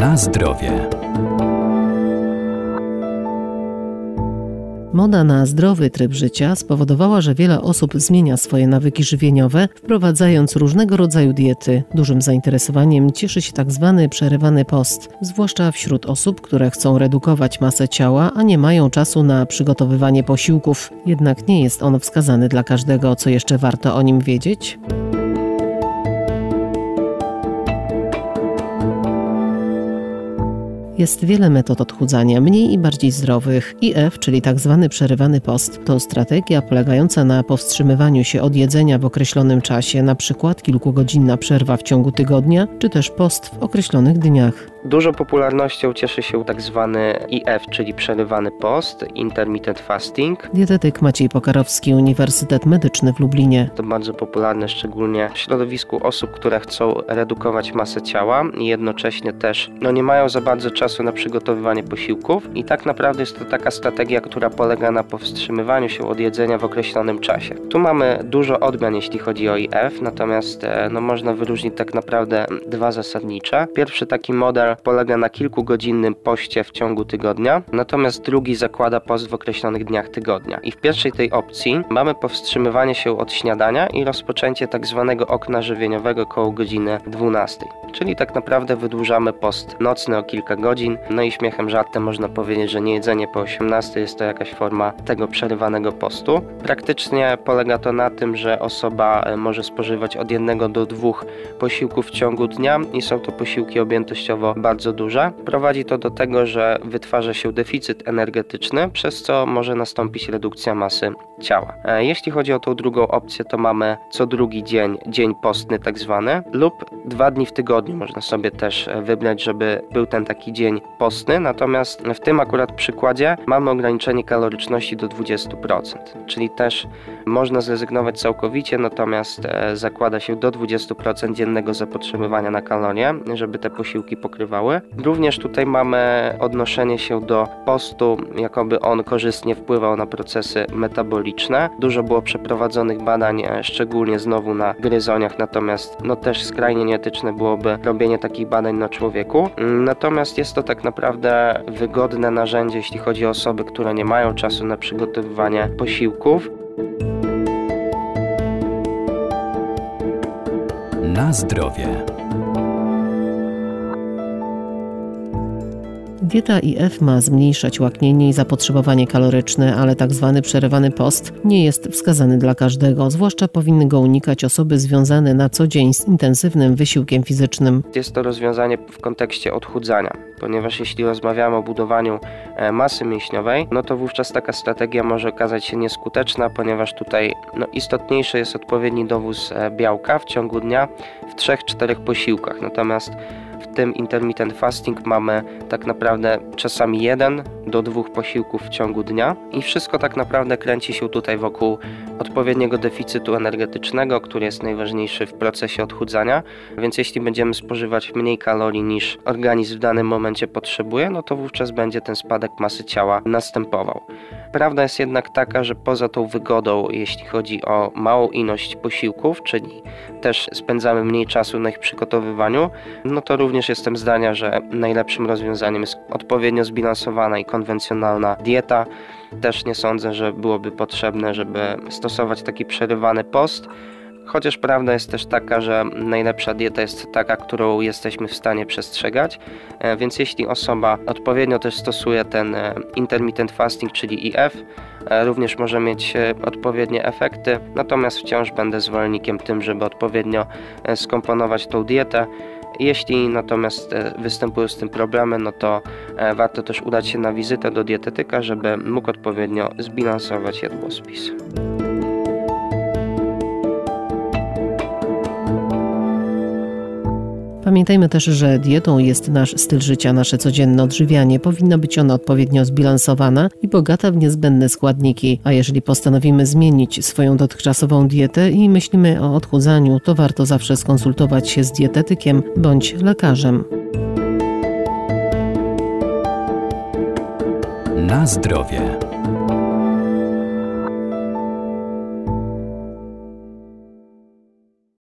Na zdrowie. Moda na zdrowy tryb życia spowodowała, że wiele osób zmienia swoje nawyki żywieniowe, wprowadzając różnego rodzaju diety. Dużym zainteresowaniem cieszy się tzw. przerywany post, zwłaszcza wśród osób, które chcą redukować masę ciała, a nie mają czasu na przygotowywanie posiłków. Jednak nie jest on wskazany dla każdego. Co jeszcze warto o nim wiedzieć? Jest wiele metod odchudzania, mniej i bardziej zdrowych. IF, czyli tzw. przerywany post, to strategia polegająca na powstrzymywaniu się od jedzenia w określonym czasie, np. kilkugodzinna przerwa w ciągu tygodnia, czy też post w określonych dniach. Dużą popularnością cieszy się tzw. IF, czyli przerywany post, intermittent fasting. Dietetyk Maciej Pokarowski, Uniwersytet Medyczny w Lublinie. To bardzo popularne szczególnie w środowisku osób, które chcą redukować masę ciała i jednocześnie też nie mają za bardzo czasu na przygotowywanie posiłków i tak naprawdę jest to taka strategia, która polega na powstrzymywaniu się od jedzenia w określonym czasie. Tu mamy dużo odmian, jeśli chodzi o IF, natomiast można wyróżnić tak naprawdę dwa zasadnicze. Pierwszy taki model polega na kilkugodzinnym poście w ciągu tygodnia, natomiast drugi zakłada post w określonych dniach tygodnia. I w pierwszej tej opcji mamy powstrzymywanie się od śniadania i rozpoczęcie tak zwanego okna żywieniowego koło godziny 12. Czyli tak naprawdę wydłużamy post nocny o kilka godzin. No i śmiechem żartem można powiedzieć, że niejedzenie po 18 jest to jakaś forma tego przerywanego postu. Praktycznie polega to na tym, że osoba może spożywać od 1 do 2 posiłków w ciągu dnia i są to posiłki objętościowo bardzo duże. Prowadzi to do tego, że wytwarza się deficyt energetyczny, przez co może nastąpić redukcja masy ciała. Jeśli chodzi o tą drugą opcję, to mamy co drugi dzień postny tak zwany, lub 2 dni w tygodniu można sobie też wybrać, żeby był ten taki dzień postny, natomiast w tym akurat przykładzie mamy ograniczenie kaloryczności do 20%, czyli też można zrezygnować całkowicie, natomiast zakłada się do 20% dziennego zapotrzebowania na kalorie, żeby te posiłki pokrywały. Również tutaj mamy odnoszenie się do postu, jakoby on korzystnie wpływał na procesy metaboliczne. Dużo było przeprowadzonych badań, szczególnie znowu na gryzoniach, natomiast też skrajnie nieetyczne byłoby robienie takich badań na człowieku. Natomiast jest to tak naprawdę wygodne narzędzie, jeśli chodzi o osoby, które nie mają czasu na przygotowywanie posiłków. Na zdrowie. Dieta IF ma zmniejszać łaknienie i zapotrzebowanie kaloryczne, ale tzw. przerywany post nie jest wskazany dla każdego, zwłaszcza powinny go unikać osoby związane na co dzień z intensywnym wysiłkiem fizycznym. Jest to rozwiązanie w kontekście odchudzania, ponieważ jeśli rozmawiamy o budowaniu masy mięśniowej, to wówczas taka strategia może okazać się nieskuteczna, ponieważ tutaj istotniejszy jest odpowiedni dowóz białka w ciągu dnia w 3-4 posiłkach, natomiast w tym intermittent fasting mamy tak naprawdę czasami 1 do 2 posiłków w ciągu dnia i wszystko tak naprawdę kręci się tutaj wokół odpowiedniego deficytu energetycznego, który jest najważniejszy w procesie odchudzania, więc jeśli będziemy spożywać mniej kalorii niż organizm w danym momencie potrzebuje, to wówczas będzie ten spadek masy ciała następował. Prawda jest jednak taka, że poza tą wygodą, jeśli chodzi o małą ilość posiłków, czyli też spędzamy mniej czasu na ich przygotowywaniu, to również jestem zdania, że najlepszym rozwiązaniem jest odpowiednio zbilansowana i konwencjonalna dieta. Też nie sądzę, że byłoby potrzebne, żeby stosować taki przerywany post. Chociaż prawda jest też taka, że najlepsza dieta jest taka, którą jesteśmy w stanie przestrzegać, więc jeśli osoba odpowiednio też stosuje ten intermittent fasting, czyli IF, również może mieć odpowiednie efekty, natomiast wciąż będę zwolennikiem tym, żeby odpowiednio skomponować tą dietę. Jeśli natomiast występują z tym problemy, to warto też udać się na wizytę do dietetyka, żeby mógł odpowiednio zbilansować jadłospis. Pamiętajmy też, że dietą jest nasz styl życia, nasze codzienne odżywianie. Powinna być ona odpowiednio zbilansowana i bogata w niezbędne składniki. A jeżeli postanowimy zmienić swoją dotychczasową dietę i myślimy o odchudzaniu, to warto zawsze skonsultować się z dietetykiem bądź lekarzem. Na zdrowie.